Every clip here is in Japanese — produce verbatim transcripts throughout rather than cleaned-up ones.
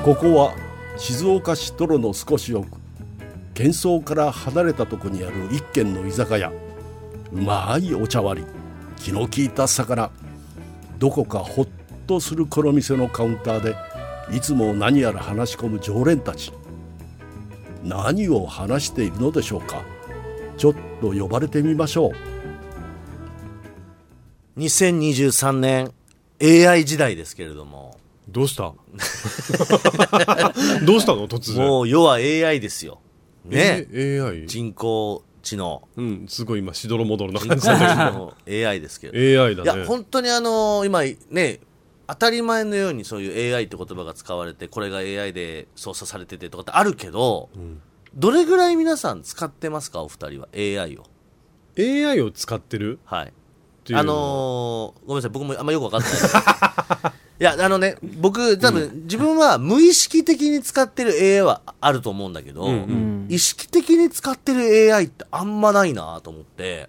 ここは静岡市泥の少し奥、喧騒から離れたとこにある一軒の居酒屋。うまいお茶割り、気の利いた魚、どこかほっとするこの店のカウンターでいつも何やら話し込む常連たち。何を話しているのでしょうか。ちょっと呼ばれてみましょう。にせんにじゅうさんねん エーアイ 時代ですけれども、 どうしたどうしたの突然。 もう世は エーアイ ですよね。 え エーアイ人工知能、 うん、すごい今しどろもどろな感じだけどエーアイ ですけどエーアイ だね。 いや本当にあのー、今ね当たり前のようにそういう エーアイ って言葉が使われて、これが エーアイ で操作されててとかってあるけど、うん、どれぐらい皆さん使ってますかお二人は エーアイ を。 エーアイ を使ってる。 はいあのー、ごめんなさい僕もあんまよく分かってないいやあのね僕多分、うん、自分は無意識的に使ってる エーアイ はあると思うんだけど、うんうん、意識的に使ってる エーアイ ってあんまないなと思って、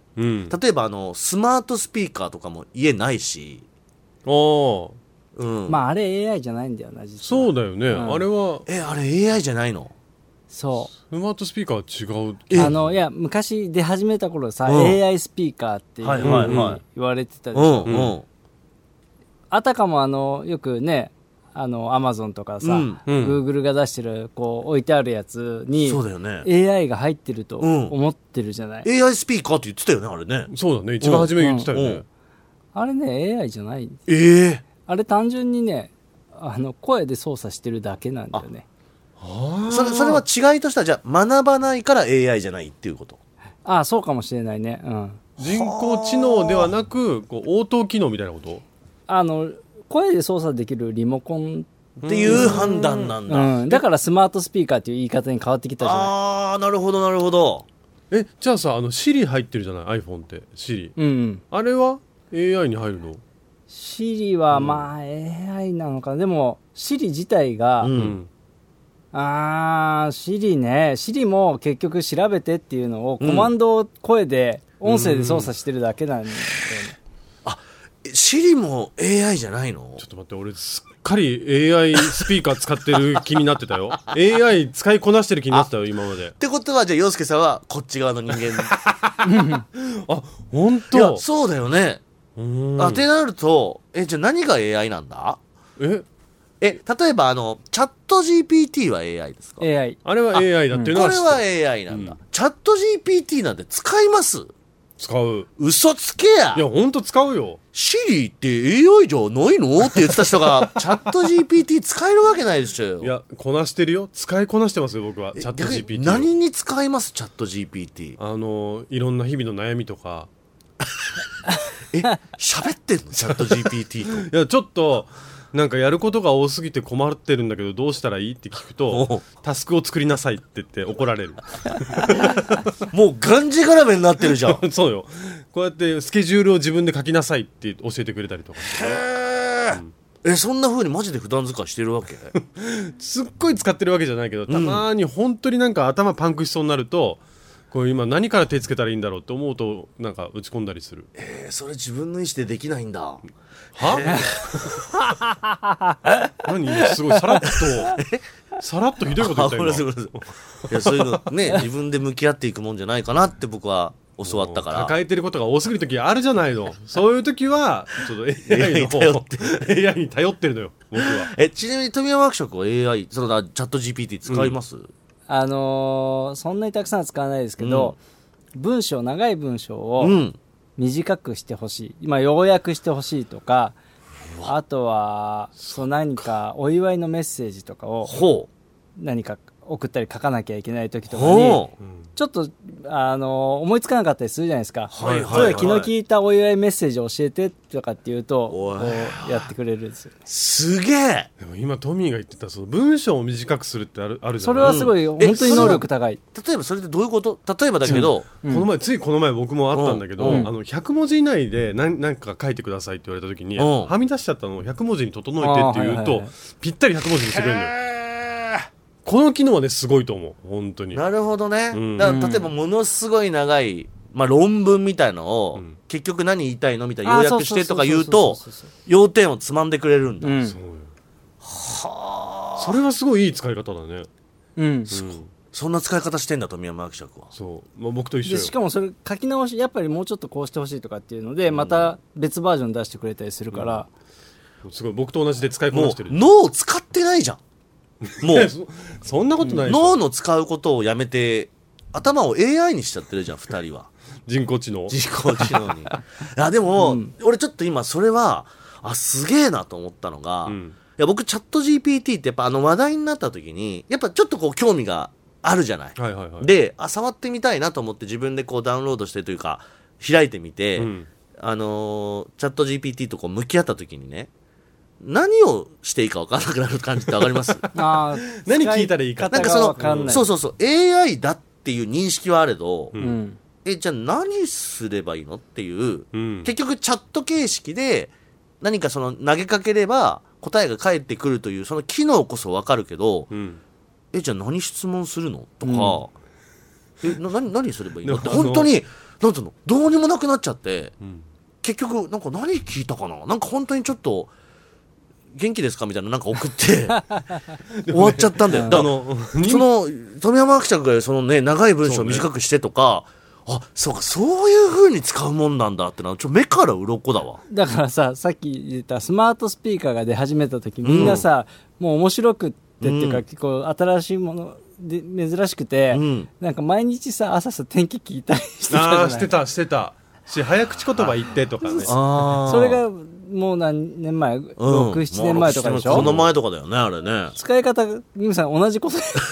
うん、例えばあのスマートスピーカーとかも家ないし。 おうん、まああれ エーアイ じゃないんだよな実は。 そうだよね、うん、あれはえあれ エーアイ じゃないの。 そうスマートスピーカーは違う。 あのいや昔出始めた頃さ、うん、エーアイ スピーカーっていう、はいはいはい、言われてたでしょ、うんうん、あたかもあのよくねあのアマゾンとかさ、うんうん、グーグルが出してるこう置いてあるやつにそうだよ、ね、 エーアイ が入ってると思ってるじゃない、 うん、エーアイ スピーカーって言ってたよねあれね。 そうだね一番初め言ってたよね、うんうん、 あれね エーアイ じゃないんです。 えー、 あれ単純にねあの声で操作してるだけなんだよね。 あそれそれは違いとしてはじゃあ学ばないから エーアイ じゃないっていうこと。 ああそうかもしれないね、うん、 人工知能ではなくこう応答機能みたいなこと。 あの声で操作できるリモコンっていう判断なんだ、 うん、だからスマートスピーカーっていう言い方に変わってきたじゃない。 ああなるほどなるほど。 えじゃあさあの Siri 入ってるじゃない iPhone って Siri、うん、あれは エーアイ に入るの。 Siri はまあ エーアイ なのかな。でも Siri 自体が、うん、あー Siri ね Siri も結局調べてっていうのをコマンドを声で音声で操作してるだけなんだよね、 うん、あ Siri も エーアイ じゃないの。 ちょっと待って俺すっかり エーアイ スピーカー使ってる気になってたよエーアイ 使いこなしてる気になってたよ今まで。 ってことはじゃあ陽介さんはこっち側の人間あ本当。 いやそうだよね。あてなるとえじゃあ何が エーアイ なんだ。 ええ例えばあのチャット ジーピーティー は エーアイ ですか。 エーアイあれは エーアイ だっていうのはこれは エーアイ なんだ、うん、チャット ジーピーティー なんて使います。 使う。 嘘つけや。 いやほんと使うよ。 シリって エーアイ じゃないのって言ってた人がチャット ジーピーティー 使えるわけないでしょ。 いやこなしてるよ。使いこなしてますよ僕はチャット ジーピーティー。 何に使いますチャット ジーピーティー。 あのいろんな日々の悩みとかえ喋ってんのチャット ジーピーティー と。 いやちょっとなんかやることが多すぎて困ってるんだけどどうしたらいいって聞くとタスクを作りなさいって言って怒られるもうがんじがらめになってるじゃんそうよ。こうやってスケジュールを自分で書きなさいって教えてくれたりとか。 へー、うん、えそんな風にマジで普段使いしてるわけすっごい使ってるわけじゃないけどたまに本当になんか頭パンクしそうになるとこれ今何から手つけたらいいんだろうって思うとなんか打ち込んだりする。 えー、それ自分の意思でできないんだ。 は何すごいさらっとさらっとひどいこと言った今。 いやそういうのね自分で向き合っていくもんじゃないかなって僕は教わったから。 抱えてることが多すぎる時あるじゃないの。そういう時はちょっと エーアイ の方 エーアイ に頼ってるのよ僕は。 えちなみに富山ワークショップは エーアイ そのチャット ジーピーティー 使います、うん、 あのー、そんなにたくさんは使わないですけど、うん、文章長い文章を、うん短くしてほしい、今要約してほしいとか、あとはそう何かお祝いのメッセージとかを何か送ったり書かなきゃいけない時とかにちょっとあの思いつかなかったりするじゃないですか、はいはいはい、それ気の利いたお祝いメッセージを教えてとかって言うとこうやってくれるんですよ、ね、 すげえ。 でも今トミーが言ってたその文章を短くするってある、あるじゃない。 それはすごい、うん、本当に能力高い。 例えばそれってどういうこと。例えばだけど、 うん、この前ついこの前僕もあったんだけど、うん、あのひゃくもじ以内で何、何か書いてくださいって言われた時に、うん、はみ出しちゃったのをひゃくもじに整えてって言うと、はいはいはい、ぴったりひゃくもじにしてくれるのよ。この機能はねすごいと思う本当に。 なるほどね、うん、だから例えばものすごい長い、まあ、論文みたいのを、うん、結局何言いたいのみたいな要約してとか言うと要点をつまんでくれるんだ、うん、そうよ。はそれはすごいいい使い方だね。 うん、 うん、 そんな使い方してんだと宮山伯爵は。 そう、まあ、僕と一緒よ。 でしかもそれ書き直しやっぱりもうちょっとこうしてほしいとかっていうのでまた別バージョン出してくれたりするから、 うん、すごい僕と同じで使いこなしてる。 もう脳を使ってないじゃんもうそ, そんなことないでしょ。 脳の使うことをやめて頭を エーアイ にしちゃってるじゃんふたりは。 人工知能人工知能にいやでも、うん、俺ちょっと今それはあすげえなと思ったのが、うん、いや僕チャット ジーピーティー ってやっぱあの話題になった時にやっぱちょっとこう興味があるじゃない、 はいはいはい、 であ触ってみたいなと思って自分でこうダウンロードしてというか開いてみて、うん、あのー、チャット ジーピーティー とこう向き合った時にね何をしていいか分からなくなる感じって分かりますあ何聞いたらいいかなんかその、うん、そうそうそう エーアイ だっていう認識はあれど、 うん、 えじゃあ何すればいいのっていう、 うん、 結局チャット形式で何かその投げかければ答えが返ってくるというその機能こそ分かるけど、 うん、 えじゃあ何質問するのとか、うん、えな 何, 何すればいいのって本当になんていうのどうにもなくなっちゃって、 うん、結局なんか何聞いたかななんか本当にちょっと元気ですかみたいななんか送って終わっちゃったんだよ。だからその富山伯爵がそのね長い文章を短くしてとか、あそうかそういう風に使うもんなんだってのはちょ目から鱗だわ。 だからささっき言ったスマートスピーカーが出始めた時みんなさ、うん、もう面白くってっていうか、うん、結構新しいもので珍しくて、うん、なんか毎日さ朝さ天気聞いたりしてたじゃない。 あしてたしてたし早口言葉言ってとかねあそれがもう何年前、うん、ろく、ななねんまえとかでしょ。 その前とかだよねあれね。 使い方ミムさん同じこと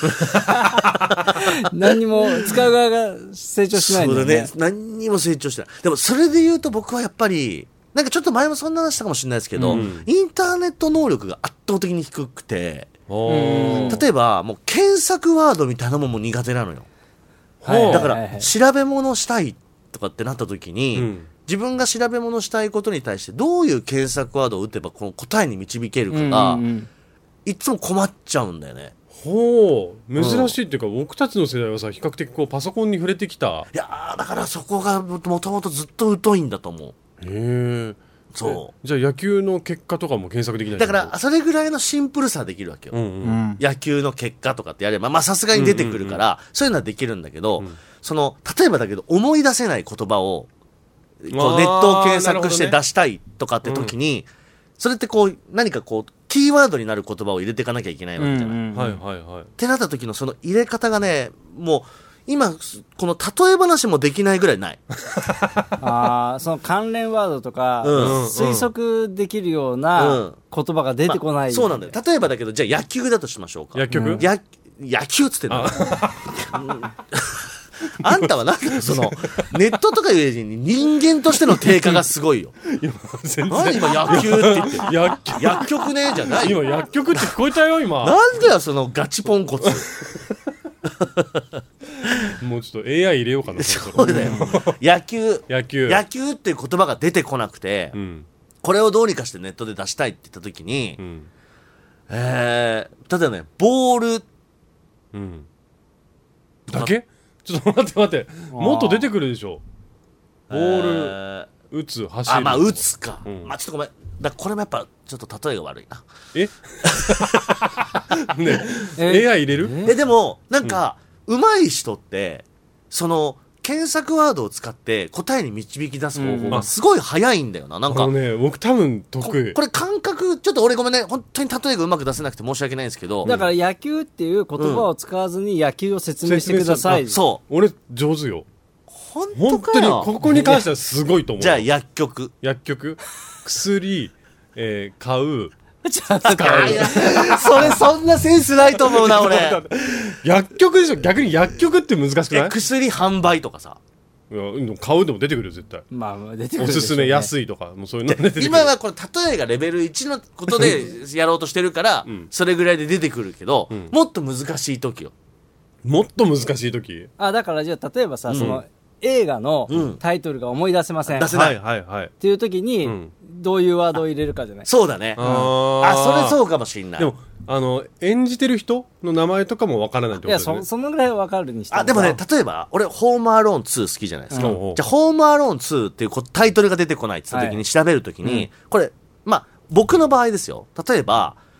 何にも使う側が成長しないんだよね。 そうだね何にも成長してない。でもそれで言うと僕はやっぱりなんかちょっと前もそんな話したかもしれないですけど、うん、インターネット能力が圧倒的に低くて例えばもう検索ワードみたいなもんも苦手なのよ、はい、だから調べ物したいとかってなった時に、うん、自分が調べ物したいことに対してどういう検索ワードを打てばこの答えに導けるかが、うんうんうん、いつも困っちゃうんだよね。 ほう珍しいっていうか、うん、僕たちの世代はさ比較的こうパソコンに触れてきた。 いやだからそこがもともとずっと疎いんだと思う。 へえそうじゃあ野球の結果とかも検索できない。 だからそれぐらいのシンプルさできるわけよ、 うんうん、 野球の結果とかってやればまあさすがに出てくるから、うんうんうん、そういうのはできるんだけど、うん、その例えばだけど思い出せない言葉をこうネットを検索して出したいとかって時に、ねうん、それってこう何かこうキーワードになる言葉を入れていかなきゃいけないわけじゃない、うんうん、 はいはいはい。 ってなった時のその入れ方がねもう今この例え話もできないぐらいないあその関連ワードとか、うん、推測できるような言葉が出てこない、 うんまあ、そうなんだよ。例えばだけどじゃあ野球だとしましょうか。 野球、うん、 や野球っつってんのあんたはなんかそのネットとかいうよりに人間としての低下がすごいよ何今野球って言って薬薬局ねじゃない今薬局って聞こえたよ今なんだよそのガチポンコツもうちょっと エーアイ 入れようかな。 そうだよ野球野球野球っていう言葉が出てこなくて、うん、これをどうにかしてネットで出したいって言った時に、うんえー、例えばねボール、 うん、だけちょっと待って待ってもっと出てくるでしょ。ボール、えー、打つ走るあまあ打つか、うん、まあちょっとごめんだこれもやっぱちょっと例えが悪いなえねえ エーアイ 入れるえでもなんか、うん、上手い人ってその検索ワードを使って答えに導き出す方法がすごい早いんだよな、うん、なんかあのね僕多分得意こ, これ感覚ちょっと俺ごめんね本当に例えがうまく出せなくて申し訳ないんですけどだから野球っていう言葉を使わずに野球を説明してください、 うん、そう俺上手よ本当かよ。 本当にここに関してはすごいと思う。 じゃあ薬局薬局薬、えー、買う使うそれそんなセンスないと思うな俺薬局でしょ。逆に薬局って難しくない？ 薬販売とかさいや買うでも出てくるよ絶対。 まあ出てくる、ね、 おすすめ安いとかもうそういうの出てくる。 今はこれ例えがレベルいちのことでやろうとしてるから、うん、それぐらいで出てくるけど、うん、もっと難しい時よ。 もっと難しい時あだからじゃあ例えばさ、うん、その映画のタイトルが思い出せません、 うん、出せない、 はいはいはい、 っていう時に、うん、どういうワードを入れるかじゃない。 そうだね、うん、あそれそうかもしんない。 でもあの演じてる人の名前とかもわからないってことですね。 いや そ, そのぐらいわかるにしてもあでもね例えば俺ホームアローンツー好きじゃないですか、うん、じゃあホームアローンツーっていうタイトルが出てこないって言った時に調べる時に、はい、これまあ僕の場合ですよ。例えば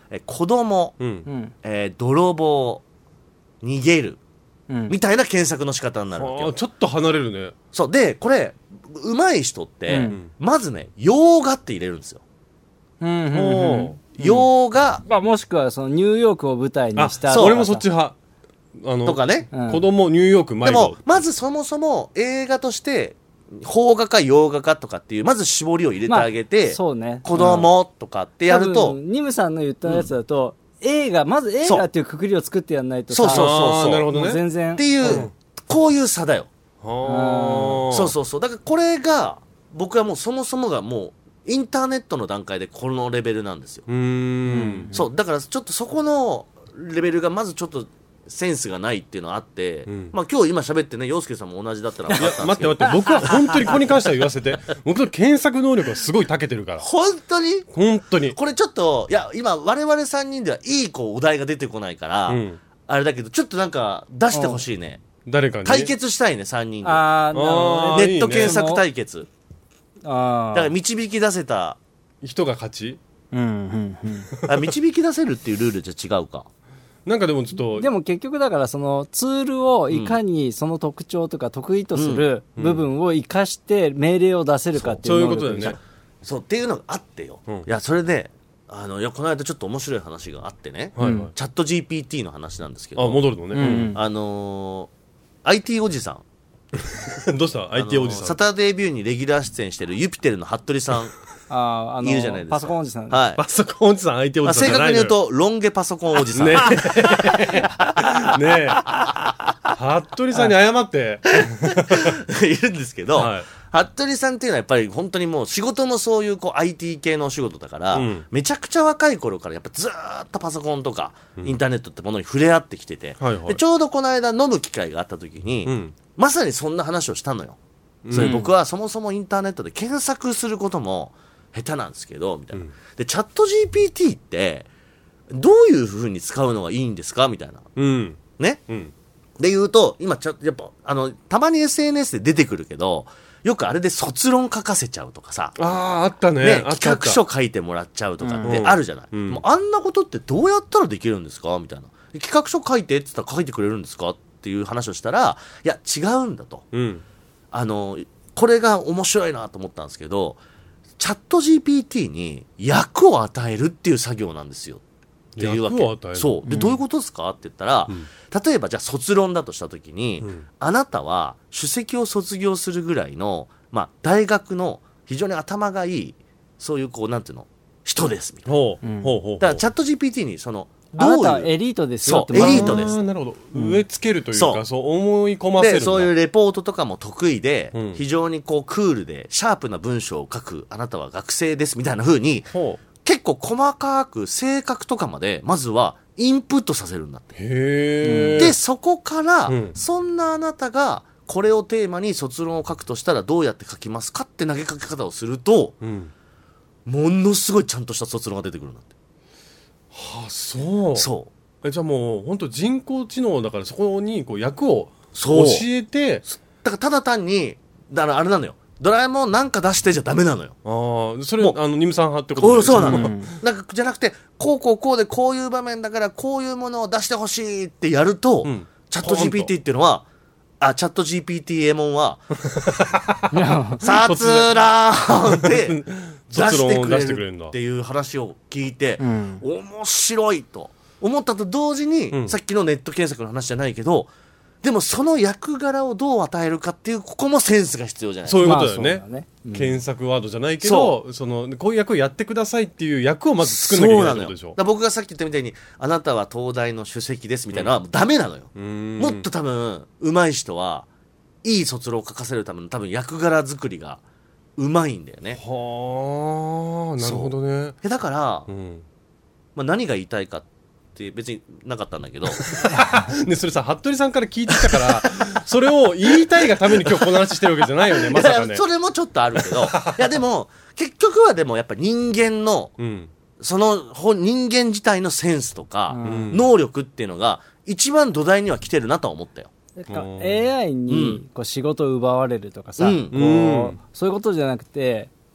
え子供、 うんうんえー泥棒、逃げる、 うんみたいな検索の仕方になるわけよ。 あーちょっと離れるね。 そう。で、これ、上手い人って、 うんまずね、洋画って入れるんですよ。 うんうんうんおー洋画まあ、もしくはそのニューヨークを舞台にあしたそう俺もそっち派。あのとかね。 うん子供ニューヨーク迷子。 でも、まずそもそも映画として、邦画か洋画かとかっていう、まず絞りを入れてあげて、 そうね子供とかってやる多と、 分ニムさんの言ったやつだと、映画まず映画っていうくくりを作ってやんないとさそうそうあーなるほどもうね。 全然っていう、 うんこういう差だよ。 はあそうそうそう。だからこれが、僕はもうそもそもがもう、インターネットの段階でこのレベルなんですよ。 うーん。 そう。だからちょっとそこのレベルがまずちょっとセンスがないっていうのがあって、 うんまあ今日今喋ってね、洋介さんも同じだったら分いやかったんですけど。 待って待って、僕は本当にここに関しては言わせて。僕の検索能力はすごい長けてるから。 本当に本当に。 これちょっと、いや、今我々さんにんではいいこうお題が出てこないから、 うんあれだけど、ちょっとなんか出してほしいね。 誰かにね。 対決したいね、さんにんで。 ああなるほどあねネット検索対決。 あだから導き出せた、 人が勝ち。 うんうんうんあ導き出せるっていうルールじゃ違うか。 なんかでもちょっと、 でも結局だからそのツールをいかにその特徴とか得意とする部分を生かして命令を出せるかっていう能力そういうことだよね。 そうっていうのがあってよ。 うんいや、それで、あの、いや、この間ちょっと面白い話があってね、 はいはい。 チャット ジーピーティー の話なんですけあ、 ど、 戻るのね。 うんあのー、アイティー おじさん、 うんどうした ?アイティー おじあのーさん。 サタデービューにレギュラー出演してるユピテルの服部さん、 あーあのいるじゃないですかパソコンおじさんはい。 パソコンおじさん、アイティーまあ、 おじさん正じゃないのよ。 確に言うと、ロン毛パソコンおじさん。 ねえ。ねえ。服部さんに謝って。 いるんですけど、 はい服部さんっていうのはやっぱり本当にもう仕事もそういうこう アイティー 系のお仕事だから、 うんめちゃくちゃ若い頃からやっぱずーっとパソコンとかインターネットってものに触れ合ってきてて、 はいはいでちょうどこの間飲む機会があった時に、 うんまさにそんな話をしたのよ。それ僕はそもそもインターネットで検索することも下手なんですけど、みたいな。 うんで、チャット ジーピーティー ってどういう風に使うのがいいんですかみたいな。 うん。 ね。 うん。 で言うと、今ちょっとやっぱ、あの、たまに エスエヌエス で出てくるけど、よくあれで卒論書かせちゃうとかさ、 ああ、あったね。 ね、 あったあった企画書書いてもらっちゃうとかってうんあるじゃない、 うんもうあんなことってどうやったらできるんですかみたいな。企画書書いてって言ったら書いてくれるんですかっていう話をしたら、いや、違うんだと。 うん。 あの、これが面白いなと思ったんですけど、チャット ジーピーティー に役を与えるっていう作業なんですよ。っていうわけ。 役を与えるそう。で、どういうことですかって言ったら、例えばじゃあ卒論だとしたときに、 うんあなたは首席を卒業するぐらいの、まあ、大学の非常に頭がいい、そういうこう、なんていうの、人です、みたいな。 ほう、 うんほうほうほう。 だからチャット ジーピーティー に、その、 あなどういう、 たはエリートですよってそうエリートですあーなるほど。植え付けるというか、 そうそう思い込ませるんで、 だ。 そういうレポートとかも得意で、 うん非常にこう、クールで、シャープな文章を書く、あなたは学生です、みたいな風に、 ほう。 結構細かく性格とかまで、まずはインプットさせるんだって。 へえ。 で、そこから、 うんそんなあなたが、これをテーマに卒論を書くとしたらどうやって書きますかって投げかけ方をすると、 うん。 ものすごいちゃんとした卒論が出てくるんだって。 あ、そう。 そう。 えじゃあもう、本当人工知能だから、そこにこう役をそう教えて、 だからただ単に、だからあれなのよ。ドラえもんなんか出してじゃダメなのよ。 ああ、それ、 もうあの、ニムさん派ってことおそうなの。 うんなんか、じゃなくて、こうこうこうでこういう場面だからこういうものを出してほしいってやると、 うんチャット ジーピーティー っていうのは、あ、チャット ジーピーティー エモンは、 いや殺乱って出卒論をしてくれ出してくれるんだるっていう話を聞いて、 うん面白いと思ったと同時に、 うんさっきのネット検索の話じゃないけど、でもその役柄をどう与えるかっていう、ここもセンスが必要じゃないですか。 そういうことだよね。 まあそうだねうん検索ワードじゃないけど、その、こういう役をやってくださいっていう役をまず作んなきゃいけないってことでしょそうなのよ。だから僕がさっき言ったみたいに、あなたは東大の首席ですみたいなのはもうダメなのよ。 うーんもっと多分、上手い人は、いい卒論を書かせるための多分役柄作りが上手いんだよね。 はあ、なるほどね。 でだから、 うん。 まあ、何が言いたいかって別になかったんだけど、 で、それさ、服部さんから聞いてきたから、それを言いたいがために今日この話してるわけじゃないよね、まさかねいや。それもちょっとあるけど、いやでも、結局はでもやっぱ人間の、 うん。 その本人間自体のセンスとか、 うん能力っていうのが、一番土台には来てるなとは思ったよ。 なんかうんエーアイにこう仕事を奪われるとかさ、 うんこううんそういうことじゃなくて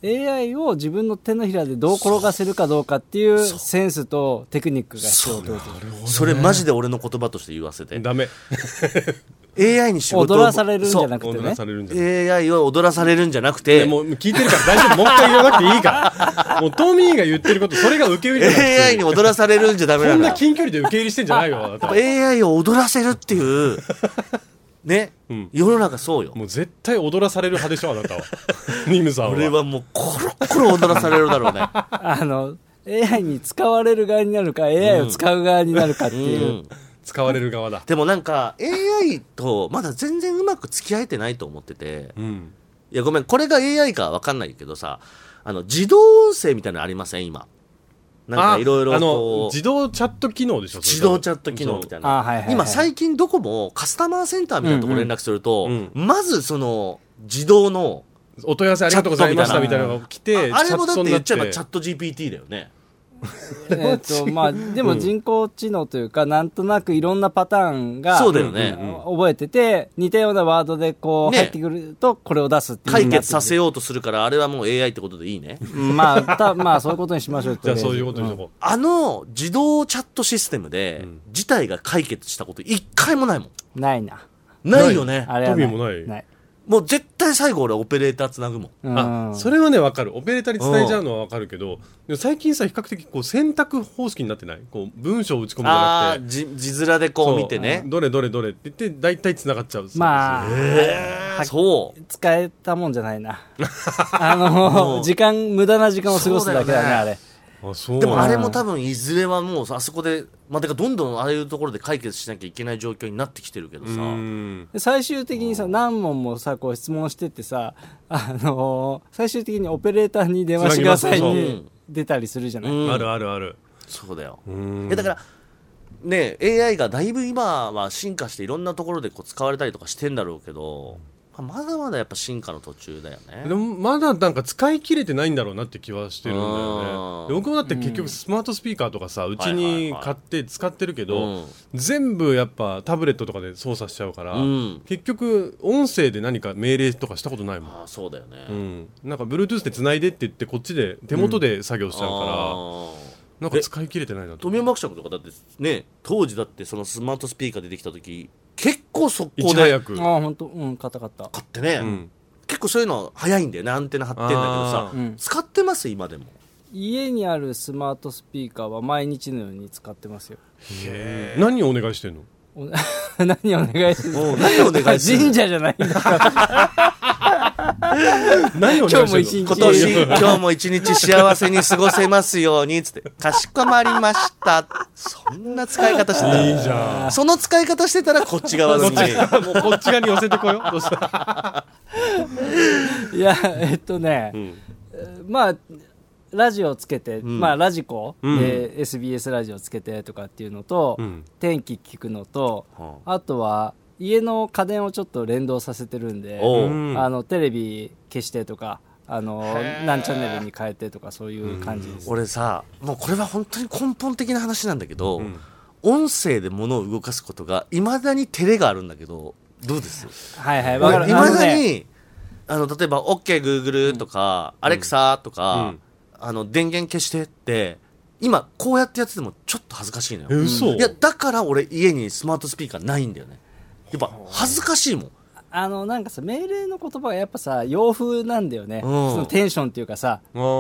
エーアイ を自分の手のひらでどう転がせるかどうかっていうセンスとテクニックが必要ってことです。 そ, それマジで俺の言葉として言わせてダメエーアイ に仕事を踊らされるんじゃなくてね、 踊らされるんじゃなくてエーアイ を踊らされるんじゃなくて、 もう聞いてるから大丈夫、もう一回言わなくていいからもうトミーが言ってることそれが受け入れじゃなくてエーアイ に踊らされるんじゃダメなこんんだ。 な近距離で受け入れしてんじゃないよやっぱ エーアイ を踊らせるっていうね、うん、世の中そうよ。 もう絶対踊らされる派でしょあなたはニムさんは。 俺はもうコロコロ踊らされるだろうねあの エーアイ に使われる側になるか エーアイ を使う側になるかっていう、うんうん、 使われる側だ。 でもなんか エーアイ とまだ全然うまく付き合えてないと思ってて、うん、いやごめんこれが エーアイ か分かんないけどさ、あの自動音声みたいなのありません今。なんかいろいろこう自動チャット機能でしょ。 自動チャット機能みたいな、はいはいはい、今最近どこもカスタマーセンターみたいなところ連絡すると、うんうん、まずその自動のお問い合わせありがとうございましたみたいなのが来て、 あ, あれもだって言っちゃえばチャット ジーピーティー だよねえとまあ、でも人工知能というか、うん、なんとなくいろんなパターンがそうだよね、 覚えてて似たようなワードでこう入ってくるとこれを出すっていう解決させようとするから、あれはもう エーアイ ってことでいいねまあ、たまあそういうことにしましょうじゃあそういうことにしとこう、 うん、あの自動チャットシステムで、うん、事態が解決したこと一回もないもん。 ないな。 ないよね。 あれはない。 トビーもない。 ない。 もう絶対最後俺オペレーターつなぐもん、 うん、あそれはね分かる。オペレーターに伝えちゃうのは分かるけど、でも最近さ比較的こう選択方式になってない？こう文章を打ち込むんじゃなくて字字面でこう見てね、 どれどれどれって言って大体つながっちゃう。 まあ、 えー、そう使えたもんじゃないなあの時間無駄な時間を過ごすだけだねあれ。 あそうでもあれも多分いずれはもうあそこで、まあ、てかどんどんああいうところで解決しなきゃいけない状況になってきてるけどさ、 で最終的にさ何問もさこう質問してってさ、あのー、最終的にオペレーターに電話してくださいに出たりするじゃない。 あるあるある。 そうだよ。えだからね エーアイ がだいぶ今は進化していろんなところでこう使われたりとかしてんだろうけど、まだまだやっぱ進化の途中だよね。 でもまだなんか使い切れてないんだろうなって気はしてるんだよね。僕もだって結局スマートスピーカーとかさうちに買って使ってるけど、はいはいはい、全部やっぱタブレットとかで操作しちゃうから、うん、結局音声で何か命令とかしたことないもん。 あそうだよね、 うん、なんか Bluetooth で繋いでって言ってこっちで手元で作業しちゃうから、うんなんか使い切れてないなと。 富山伯爵とかだってね当時だってそのスマートスピーカー出てきた時結構速攻でいち早くあ本当うん買った買った買ってね、うん、結構そういうの早いんだよね。アンテナ張ってんだけどさ、うん、使ってます今でも。 家にあるスマートスピーカーは毎日のように使ってますよ。 へ何をお願いしてんの何お願いするの何お願いする神社じゃないんだから何をお願いしてんの。 今年今日も一日幸せに過ごせますようにつってかしこまりました。そんな使い方してたらいいじゃん。 その使い方してたらこっち側のにもうこっち側に寄せてこよう。どうしたいやえっとね、うん、まあラジオつけて、うん、まあラジコで、うん、エスビーエス ラジオつけてとかっていうのと、うん、天気聞くのと、うん、あとは家の家電をちょっと連動させてるんで、あのテレビ消してとかあの何チャンネルに変えてとかそういう感じです。 俺さもうこれは本当に根本的な話なんだけど、音声で物を動かすことがいまだに照れがあるんだけどどうです？ はいはいわかる。 いまだにあの例えば OKGoogle とか、うん、Alexa とか、うん、あの電源消してって今こうやってやっててもちょっと恥ずかしいのよ。 え嘘？ いやだから俺家にスマートスピーカーないんだよね。やっぱ恥ずかしいもん。 あのなんかさ命令の言葉がやっぱさ洋風なんだよね、うん、そのテンションっていうかさ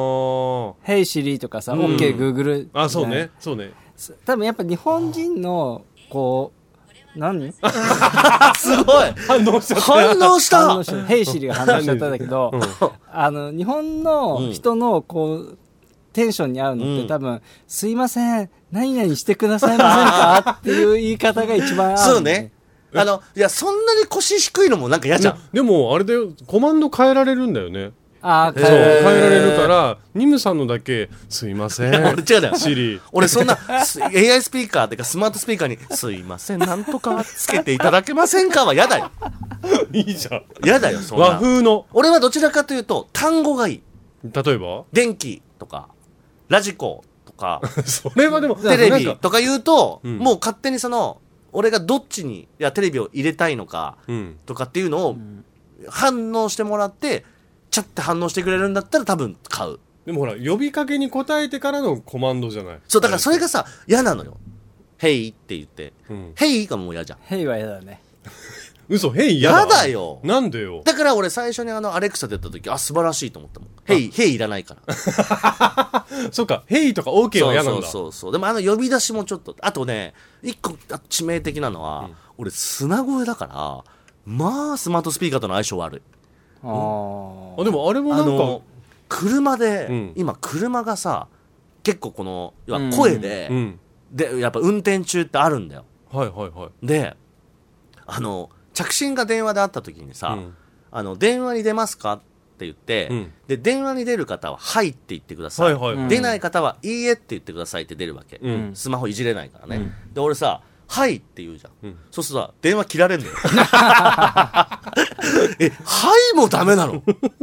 「Hey Siri」とかさ「 うん、 OKGoogle」 あそうねそうね多分やっぱ日本人のこう何すごい反応しちゃった反応した反応したヘイシリが反応しちゃったんだけど、うん、あの日本の人のこうテンションに合うのって、うん、多分すいません何々してくださいませんかっていう言い方が一番合う、ね、 そうねあのいやそんなに腰低いのもなんか嫌じゃん。 でもあれだよコマンド変えられるんだよね。 あ変えられる変えられるからニムさんのだけすいません俺違うだよシリ俺そんな エーアイ スピーカーってかスマートスピーカーにすいませんなんとかつけていただけませんかは嫌だよいいじゃん嫌だよそんな和風の。 俺はどちらかというと単語がいい。 例えば電気とかラジコとかそれはでもテレビとか言うと、うん、もう勝手にその俺がどっちにいやテレビを入れたいのかとかっていうのを反応してもらってちゃって反応してくれるんだったら多分買う。 でもほら呼びかけに応えてからのコマンドじゃない。 そうだからそれがさ嫌なのよ。ヘイって言って、 うん、 ヘイがもう嫌じゃん。 ヘイは嫌だね。 嘘、ヘイ嫌だ。 嫌だよ。 なんでよ。 だから俺最初にあのアレクサでやった時、あ素晴らしいと思ったもん。ヘイヘイいらないから。 そっか、ヘイとか OK は嫌なんだ。 そうそうそうそう。でもあの呼び出しもちょっと、あとね一個致命的なのは、うん、俺砂声だからまあスマートスピーカーとの相性悪い。 あ、うん、 あでもあれもなんか車で、うん、今車がさ結構この要は声で、うん、でやっぱ運転中ってあるんだよ。 はいはいはい。 であの着信が電話であった時にさ、うん、あの電話に出ますかって言って、うん、で電話に出る方ははいって言ってください、はいはい、出ない方はいいえって言ってくださいって出るわけ、うん、スマホいじれないからね、うん、で俺さはいって言うじゃん、うん、そうするとさ電話切られるのよえはいもダメなの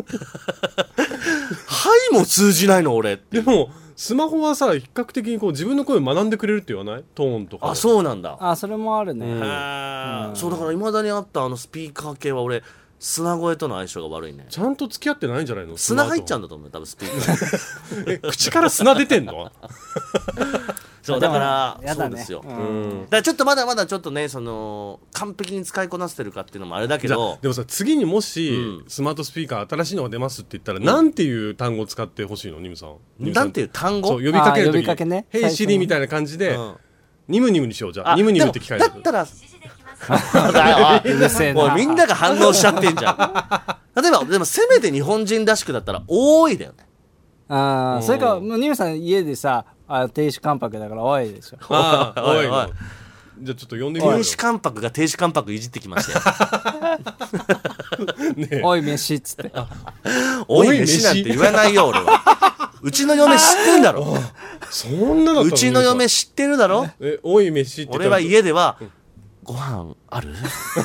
はいも通じないの俺って。 でもスマホはさ比較的にこう自分の声を学んでくれるって言わない？トーンとか。 あそうなんだ。 あそれもあるね、うんうん、そうだから未だにあったあのスピーカー系は俺砂声との相性が悪いね。 ちゃんと付き合ってないんじゃないの？ 砂入っちゃうんだと思う多分スピーカーえ口から砂出てんのそうだからやだね、 そうですよ、 うん、 だからちょっとまだまだちょっとねその完璧に使いこなせてるかっていうのもあれだけど、 でもさ次にもし、うん、スマートスピーカー新しいのが出ますって言ったら、うん、なんていう単語を使ってほしいの？ニムさんなんていう単語？ そう呼びかけるとき呼びかけね、 ヘイシリみたいな感じで、うん、ニムニムにしよう。じゃあニムニムって聞かれるだったらうるせえなもうみんなが反応しちゃってんじゃん例えばでもせめて日本人らしくだったら多いだよね。 ああそれかニムさん家でさあ停止関白だからおいでしょ。 ああおいおいじゃあちょっと呼んでみようよ。 停止関白が停止関白いじってきましたよね、おい飯っつっておい飯なんて言わないよ俺はうちの嫁知ってんだろそんなのうちの嫁知ってるだろ。 えおい飯って俺は家では、うん、ご飯ある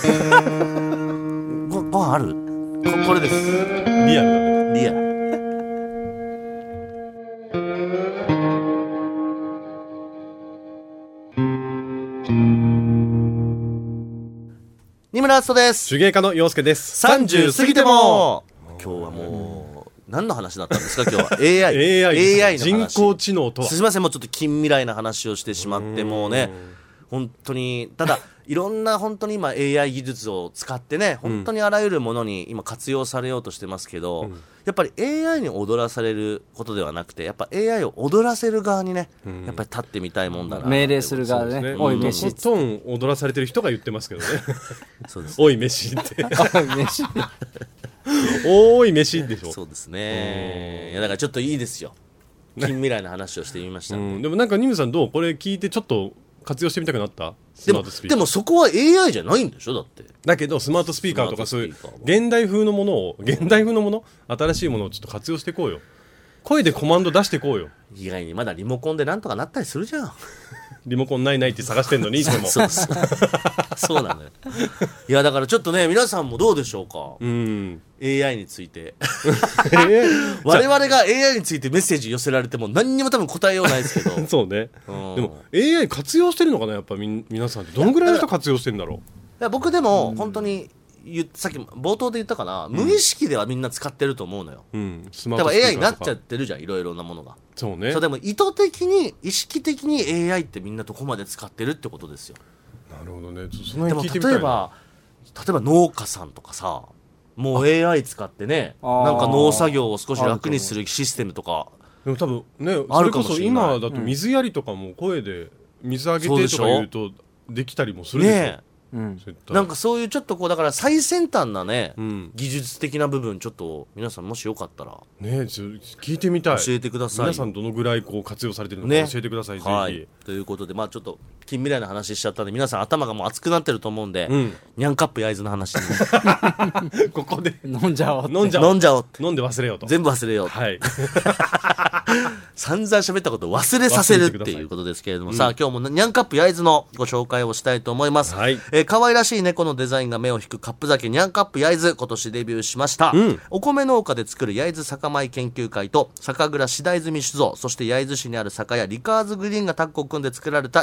ご, ご飯ある こ, これですリアルだねリアル。二村敦人です。 手芸家の陽介です。 さんじゅう過ぎても今日はもう何の話だったんですか今日は。 エーアイ エーアイ, エーアイ の話、 人工知能とは。 すみませんもうちょっと近未来な話をしてしまってもうね本当にただいろんな本当に今 エーアイ 技術を使ってね本当にあらゆるものに今活用されようとしてますけど、うん、やっぱり エーアイ に踊らされることではなくてやっぱ エーアイ を踊らせる側にね、うん、やっぱり立ってみたいもんだな。 命令する側で ね, ねおい飯ってトーン踊らされてる人が言ってますけどねそうですおい飯っておい飯おい飯でしょ。 そうですね。いやだからちょっといいですよ近未来の話をしてみました、ねうん、でもなんかニムさんどうこれ聞いてちょっと活用してみたくなった？ でもでもそこは エーアイ じゃないんでしょだって。 だけどスマートスピーカーとかそういう現代風のものを現代風のもの新しいものをちょっと活用していこうよ。声でコマンド出していこうよ。 意外にまだリモコンでなんとかなったりするじゃんリモコンないないって探してんのにいつもそうそうそうなのよ。いやだからちょっとね皆さんもどうでしょうか、うん、エーアイ について我々が エーアイ についてメッセージ寄せられても何にも多分答えようないですけどそうね、うん、でも エーアイ 活用してるのかなやっぱみ皆さんってどのぐらいの人活用してるんだろう。 いや僕でも本当にさっき冒頭で言ったかな、うん、無意識ではみんな使ってると思うのよ、うん、スマートスピーカーとか多分 エーアイ になっちゃってるじゃんいろいろなものが。 そうね。 そうでも意図的に意識的に エーアイ ってみんなどこまで使ってるってことですよ。 なるほどね。その辺聞いてみたいな。 でも例えば例えば農家さんとかさもう エーアイ 使ってねなんか農作業を少し楽にするシステムとかでも多分ねそれこそ今だと水やりとかも声で水あげてとか言うとできたりもするでしょ、ねうん、 なんかそういうちょっとこうだから最先端なね、うん、技術的な部分ちょっと皆さんもしよかったらね聞いてみたい。 教えてください。 皆さんどのぐらいこう活用されてるのか教えてください、ね、ぜひ、はい、 ということでまあちょっと近未来の話しちゃったんで皆さん頭がもう熱くなってると思うんで、うん、ニャンカップ焼津の話にここで飲んじゃおう飲んじゃおう飲んじゃおう飲んで忘れようと全部忘れようと、はい、散々喋ったことを忘れさせるっていうことですけれども、うん、さあ今日もニャンカップ焼津のご紹介をしたいと思います、はいえー、可愛らしい猫のデザインが目を引くカップ酒ニャンカップ焼津今年デビューしました、うん、お米農家で作る焼津酒米研究会と酒蔵白泉酒造そして焼津市にある酒屋リカーズグリーンがタッグを組んで作られたニャンカッ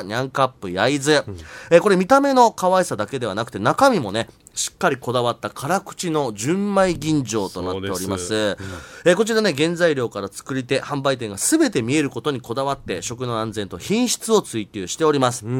プ焼津、うんえー、これ見た目の可愛さだけではなくて中身もねしっかりこだわった辛口の純米吟醸となっております、うんえー、こちらね原材料から作り手販売店が全て見えることにこだわって食の安全と品質を追求しております、うん、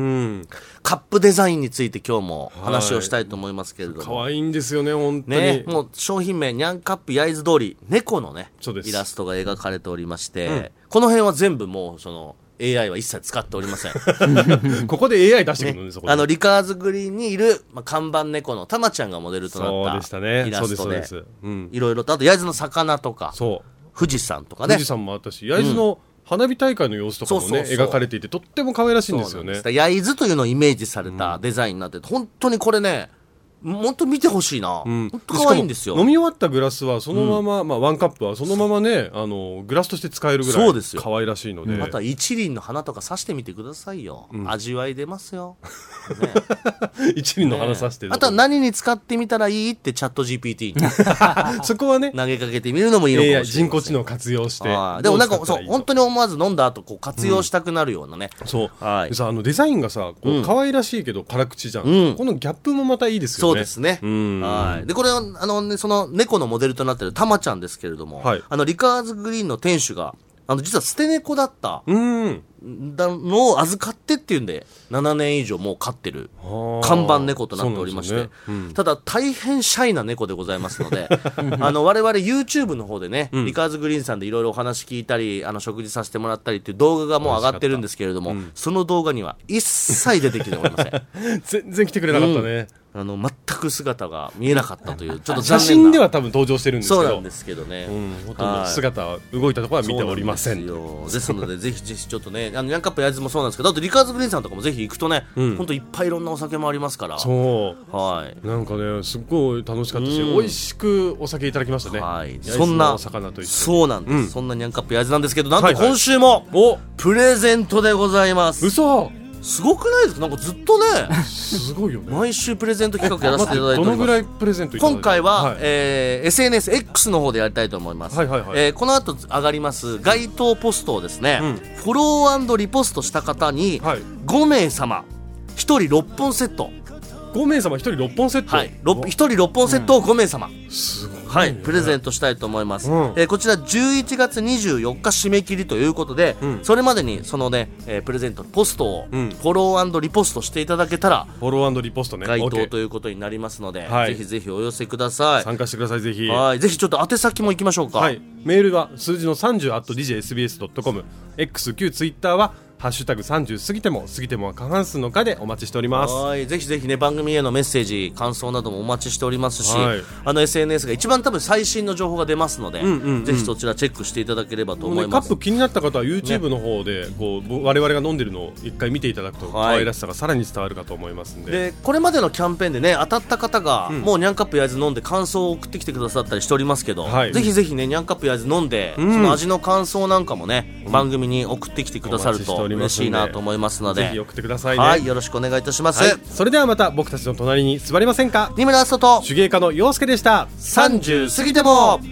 カップデザインについて今日も話をしたいと思いますけれども、 可愛いんですよね本当に、 ね、もう商品名にゃんカップ焼津通り猫のねイラストが描かれておりまして、うん、この辺は全部もうそのエーアイ は一切使っておりませんここで エーアイ 出してくるんです、 ね、あのリカーズグリーンにいる、まあ、看板猫のたまちゃんがモデルとなったイラストでいろいろとあと焼津の魚とかそう富士山とかね富士山もあったし焼津の花火大会の様子とかもね、そうそうそう描かれていてとっても可愛らしいんですよね。 焼津というのをイメージされたデザインになってて、うん、本当にこれね本当見てほしいな、うん、本当可愛いんですよ。 飲み終わったグラスはそのまま、うんまあ、ワンカップはそのままねあのグラスとして使えるぐらい可愛らしいので、 また一輪の花とか刺してみてくださいよ、うん、味わい出ますよ、 ね、一輪の花刺して、 ね、あとは何に使ってみたらいいってチャット ジーピーティー にそこはね投げかけてみるのもいいのかもしれない、 人工知能活用してでもなんかそう本当に思わず飲んだ後こう活用したくなるようなね、 うん、そう、はい、でさあのデザインがさこう可愛らしいけど辛口じゃん、うん、このギャップもまたいいですよね。 そうですね、うんはい、でこれはあの、ね、その猫のモデルとなっているたまちゃんですけれども、はい、あのリカーズグリーンの店主があの実は捨て猫だったうんだのを預かってっていうんでななねん以上もう飼ってる看板猫となっておりまして、ねうん、ただ大変シャイな猫でございますのであの我々 YouTube の方でね、うん、リカーズグリーンさんでいろいろお話聞いたりあの食事させてもらったりっていう動画がもう上がってるんですけれども、うん、その動画には一切出てきておりません全然来てくれなかったね、 うん、あの全く姿が見えなかったというちょっと残念な写真では多分登場してるんですけどそうなんですけどね、 うん、ほとんど姿は動いたところは見ておりません。 そうなんですよですのでぜひぜひちょっとねあのニャンカップ焼津もそうなんですけどあとリカーズグリーンさんとかもぜひ行くとね、うん、ほんといっぱいいろんなお酒もありますからそう、はい、 なんかねすっごい楽しかったし、うん、美味しくお酒いただきましたね、 はい、そんなお魚と一緒そうなんです、うん、そんなニャンカップ焼津なんですけどなんと今週も、はいはい、プレゼントでございます。 嘘すごくないですか。なんかずっとねすごいよね毎週プレゼント企画やらせていただいております。 どのぐらいプレゼントいただいて今回は、はいえー、エスエヌエスエックス の方でやりたいと思います、はいはいはいえー、この後上がります該当ポストをですね、うん、フォロー&リポストした方に、はい、ごめいさまひとりろっぽんセットごめいさまひとりろっぽんセット、 はい、ひとりろっぽんセットをごめいさま、うん、 すごい、ねはい、プレゼントしたいと思います、うんえー、こちらじゅういちがつにじゅうよっか締め切りということで、うん、それまでにそのね、えー、プレゼントポストをフォロー&リポストしていただけたら、 フォロー&リポストね該当ということになりますので、はい、ぜひぜひお寄せください。 参加してください。ぜひはいぜひちょっと宛先もいきましょうか。 はい、メールは数字のさんじゅう アット ディージェーエスビーエス ドット コム X 旧ツイッターはハッシュタグさんじゅう過ぎても過ぎてもは過半数の課でお待ちしております。 はいぜひぜひね番組へのメッセージ感想などもお待ちしておりますし、はい、あの エスエヌエス が一番多分最新の情報が出ますので、うんうんうん、ぜひそちらチェックしていただければと思います、ね、 カップ気になった方は YouTube の方で、ね、こう我々が飲んでるのを一回見ていただくと可愛らしさがさらに伝わるかと思いますんで、 でこれまでのキャンペーンでね当たった方が、うん、もうニャンカップ焼津飲んで感想を送ってきてくださったりしておりますけど、はい、ぜひぜひねニャンカップ焼津飲んで、うん、その味の感想なんかもね、うん、番組に送ってきてくださると嬉しいなと思います思いますのでぜひ送ってくださいね。 はいよろしくお願いいたします、はい、 それではまた僕たちの隣に座りませんか。 二村敦人と手芸家の陽介でした。 さんじゅう過ぎても。